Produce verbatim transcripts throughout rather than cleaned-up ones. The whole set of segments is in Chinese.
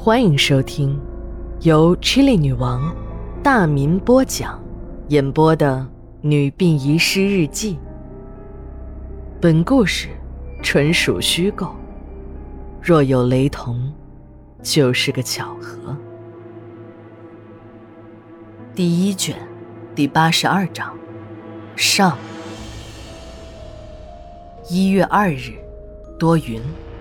欢迎收听由 Chilli 女王大民播讲演播的《女病遗失日记》。本故事纯属虚构，若有雷同，就是个巧合。第一卷第八十二章上。一月二日，多云。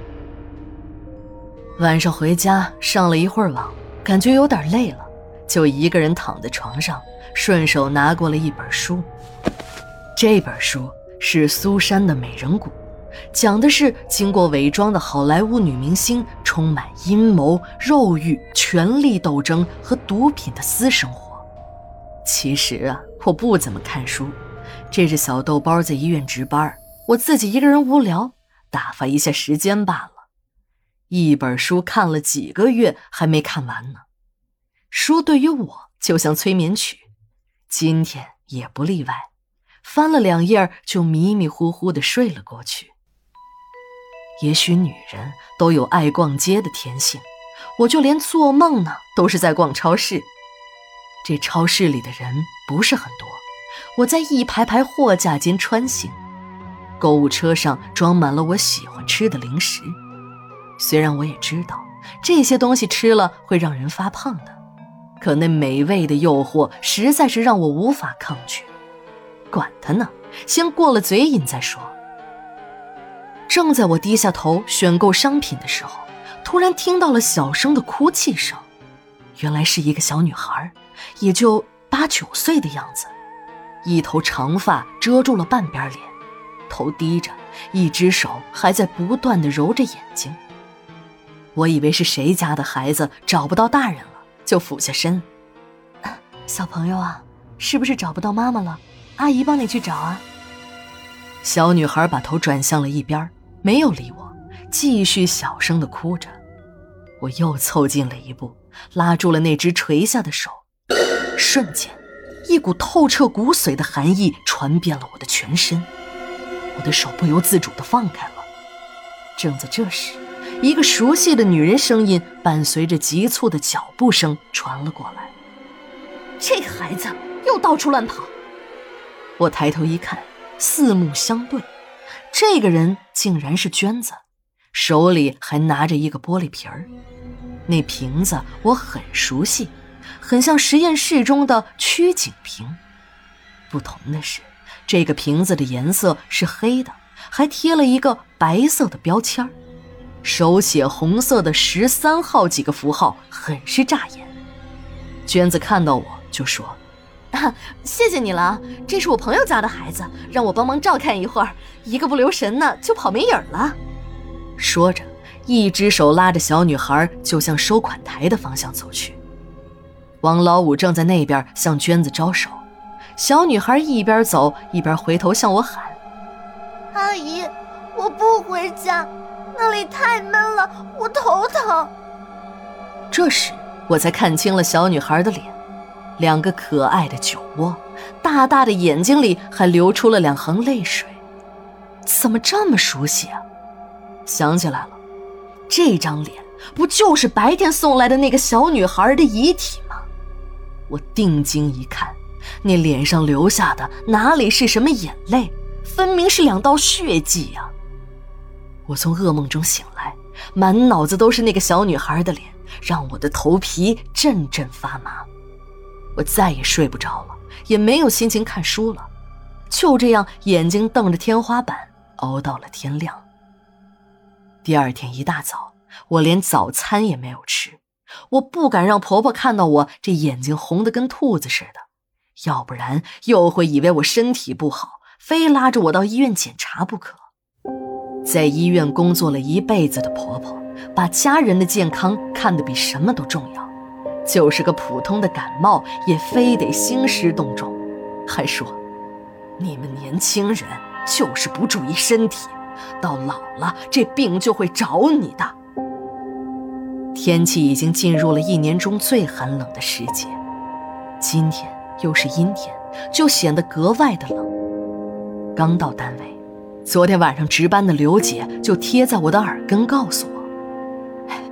晚上回家上了一会儿网，感觉有点累了，就一个人躺在床上，顺手拿过了一本书。这本书是苏珊的美人谷，讲的是经过伪装的好莱坞女明星充满阴谋、肉欲、权力斗争和毒品的私生活。其实啊，我不怎么看书，这是小豆包在医院值班，我自己一个人无聊，打发一下时间罢了。一本书看了几个月还没看完呢。书对于我就像催眠曲，今天也不例外，翻了两页就迷迷糊糊地睡了过去。也许女人都有爱逛街的天性，我就连做梦呢都是在逛超市。这超市里的人不是很多，我在一排排货架间穿行，购物车上装满了我喜欢吃的零食。虽然我也知道这些东西吃了会让人发胖的，可那美味的诱惑实在是让我无法抗拒。管它呢，先过了嘴瘾再说。正在我低下头选购商品的时候，突然听到了小声的哭泣声。原来是一个小女孩，也就八九岁的样子，一头长发遮住了半边脸，头低着，一只手还在不断地揉着眼睛。我以为是谁家的孩子找不到大人了，就俯下身。小朋友啊，是不是找不到妈妈了？阿姨帮你去找啊。小女孩把头转向了一边，没有理我，继续小声地哭着。我又凑近了一步，拉住了那只垂下的手。瞬间，一股透彻骨髓的寒意传遍了我的全身，我的手不由自主地放开了。正在这时，一个熟悉的女人声音伴随着急促的脚步声传了过来。这孩子又到处乱跑。我抬头一看，四目相对，这个人竟然是娟子，手里还拿着一个玻璃瓶儿。那瓶子我很熟悉，很像实验室中的曲颈瓶。不同的是，这个瓶子的颜色是黑的，还贴了一个白色的标签，手写红色的十三号几个符号，很是扎眼。娟子看到我就说：啊，谢谢你了，这是我朋友家的孩子，让我帮忙照看一会儿，一个不留神呢就跑没影了。说着，一只手拉着小女孩就向收款台的方向走去。王老五正在那边向娟子招手，小女孩一边走一边回头向我喊： 阿姨，我不回家，那里太闷了，我头疼。 这时我才看清了小女孩的脸，两个可爱的酒窝，大大的眼睛里还流出了两行泪水。怎么这么熟悉啊？想起来了，这张脸不就是白天送来的那个小女孩的遗体吗？我定睛一看，那脸上流下的哪里是什么眼泪，分明是两道血迹啊！我从噩梦中醒来，满脑子都是那个小女孩的脸，让我的头皮阵阵发麻。我再也睡不着了，也没有心情看书了，就这样眼睛瞪着天花板熬到了天亮。第二天一大早，我连早餐也没有吃，我不敢让婆婆看到我这眼睛红得跟兔子似的，要不然又会以为我身体不好，非拉着我到医院检查不可。在医院工作了一辈子的婆婆，把家人的健康看得比什么都重要，就是个普通的感冒也非得兴师动众，还说你们年轻人就是不注意身体，到老了这病就会找你的。天气已经进入了一年中最寒冷的时节，今天又是阴天，就显得格外的冷。刚到单位，昨天晚上值班的刘姐就贴在我的耳根告诉我，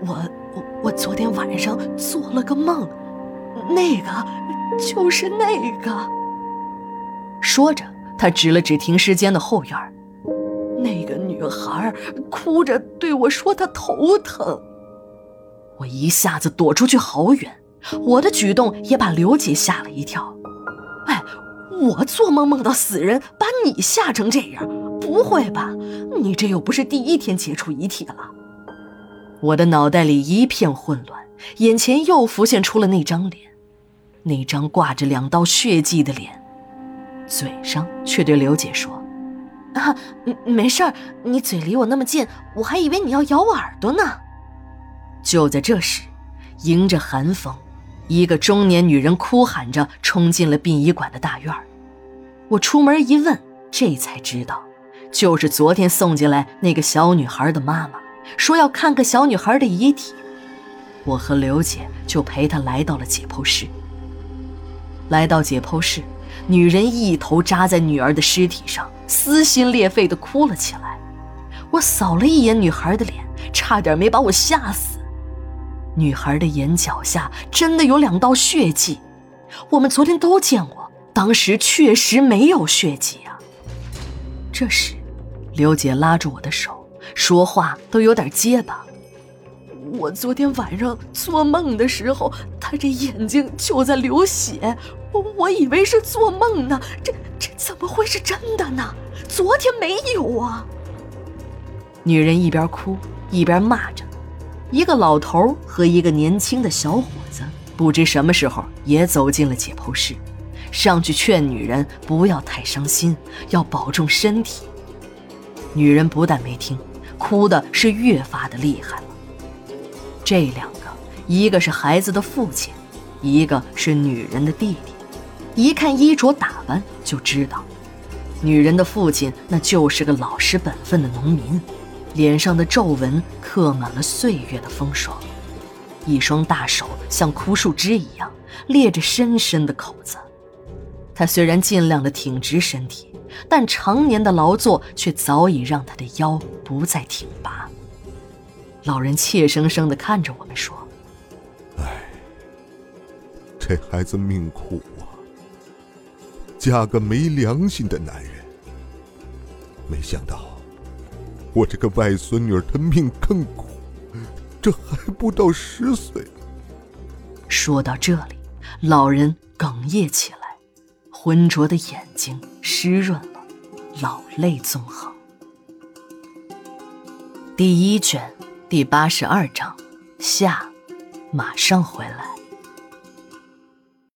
我我我昨天晚上做了个梦，那个就是那个。说着，他指了指停尸间的后院，那个女孩哭着对我说她头疼。我一下子躲出去好远，我的举动也把刘姐吓了一跳。哎，我做梦梦到死人，把你吓成这样，不会吧？你这又不是第一天接触遗体了。我的脑袋里一片混乱，眼前又浮现出了那张脸，那张挂着两道血迹的脸，嘴上却对刘姐说：啊，没事儿，你嘴离我那么近，我还以为你要咬我耳朵呢。就在这时，迎着寒风，一个中年女人哭喊着冲进了殡仪馆的大院。我出门一问，这才知道，就是昨天送进来那个小女孩的妈妈，说要看看小女孩的遗体。我和刘姐就陪她来到了解剖室。来到解剖室，女人一头扎在女儿的尸体上，撕心裂肺地哭了起来。我扫了一眼女孩的脸，差点没把我吓死。女孩的眼角下真的有两道血迹，我们昨天都见过，当时确实没有血迹啊。这时，刘姐拉住我的手，说话都有点结巴。我昨天晚上做梦的时候，她这眼睛就在流血，我我以为是做梦呢，这这怎么会是真的呢？昨天没有啊！女人一边哭一边骂着。一个老头和一个年轻的小伙子不知什么时候也走进了解剖室，上去劝女人不要太伤心，要保重身体。女人不但没听，哭的是越发的厉害了。这两个，一个是孩子的父亲，一个是女人的弟弟，一看衣着打扮就知道，女人的父亲那就是个老实本分的农民，脸上的皱纹刻满了岁月的风霜，一双大手像枯树枝一样裂着深深的口子。他虽然尽量的挺直身体，但常年的劳作却早已让他的腰不再挺拔。老人怯生生地看着我们说： 哎，这孩子命苦啊，嫁个没良心的男人。没想到我这个外孙女她命更苦，这还不到十岁。 说到这里，老人哽咽起来，浑浊的眼睛湿润了，老泪纵横。第一卷第八十二章下，马上回来。